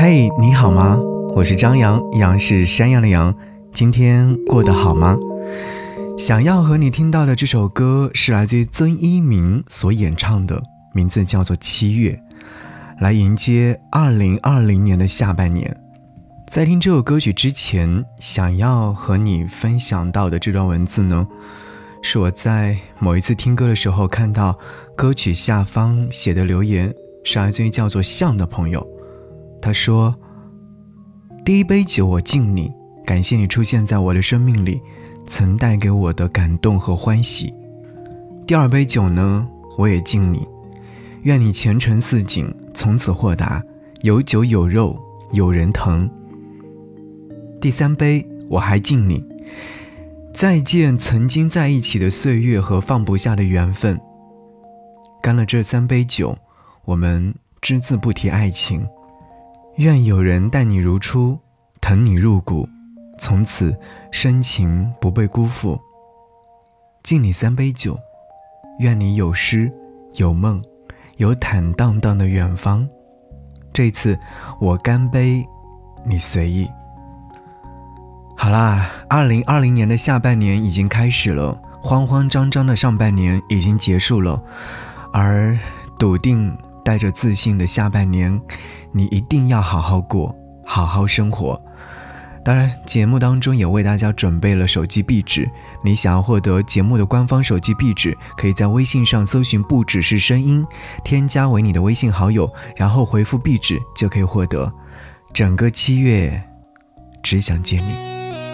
嘿，你好吗？我是张扬，杨是山羊的羊。今天过得好吗？想要和你听到的这首歌是来自于曾一鸣所演唱的，名字叫做《七月》，来迎接2020年的下半年。在听这首歌曲之前，想要和你分享到的这段文字呢，是我在某一次听歌的时候看到歌曲下方写的留言，是来自于叫做向的朋友。他说，第一杯酒我敬你，感谢你出现在我的生命里，曾带给我的感动和欢喜。第二杯酒呢，我也敬你，愿你前程似锦，从此豁达，有酒有肉有人疼。第三杯我还敬你，再见曾经在一起的岁月和放不下的缘分。干了这三杯酒，我们只字不提爱情，愿有人待你如初，疼你入骨，从此深情不被辜负。敬你三杯酒，愿你有诗有梦，有坦荡荡的远方。这次我干杯，你随意。好啦，2020年的下半年已经开始了，慌慌张张的上半年已经结束了，而笃定带着自信的下半年，你一定要好好过，好好生活。当然，节目当中也为大家准备了手机壁纸，你想要获得节目的官方手机壁纸，可以在微信上搜寻不只是声音，添加为你的微信好友，然后回复壁纸就可以获得。整个7月只想见你。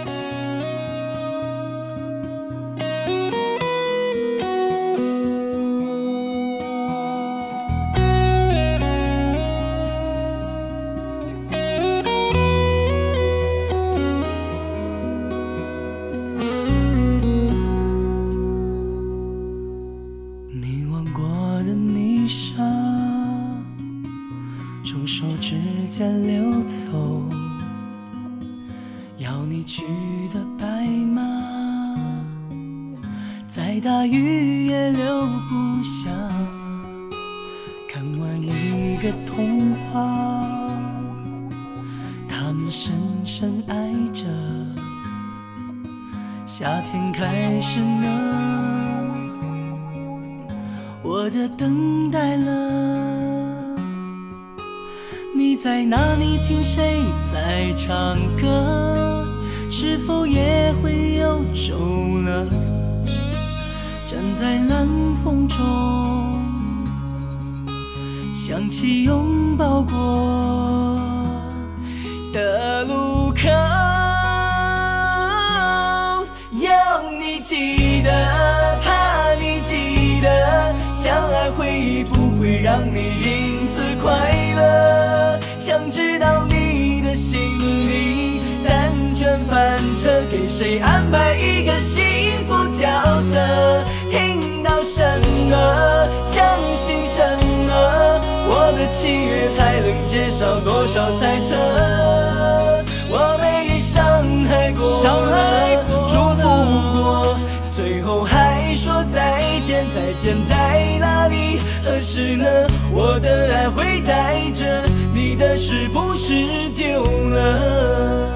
从手指间流走，要你去的白马，再大雨也留不下。看完一个童话，他们深深爱着，夏天开始了，我的等待了。你在哪里听谁在唱歌？是否也会忧愁了？站在冷风中，想起拥抱过的路口，要你记得，怕你记得，相爱回忆不会让你因此快乐。想知道你的心里暂卷翻车，给谁安排一个幸福角色？听到什么，相信什么？我的7月还能减少多少猜测？我被你伤害过，祝福过，最后还说再见，再见在哪里？何时呢？我的爱会带着，你的是不是丢了？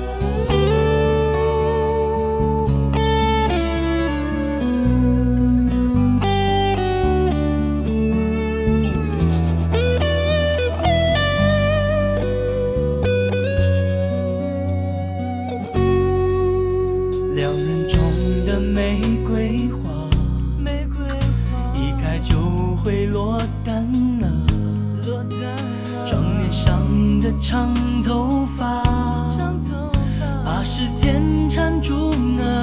两人种的玫瑰花，一开就会落单了。妆面上的长头发，把时间缠住呢。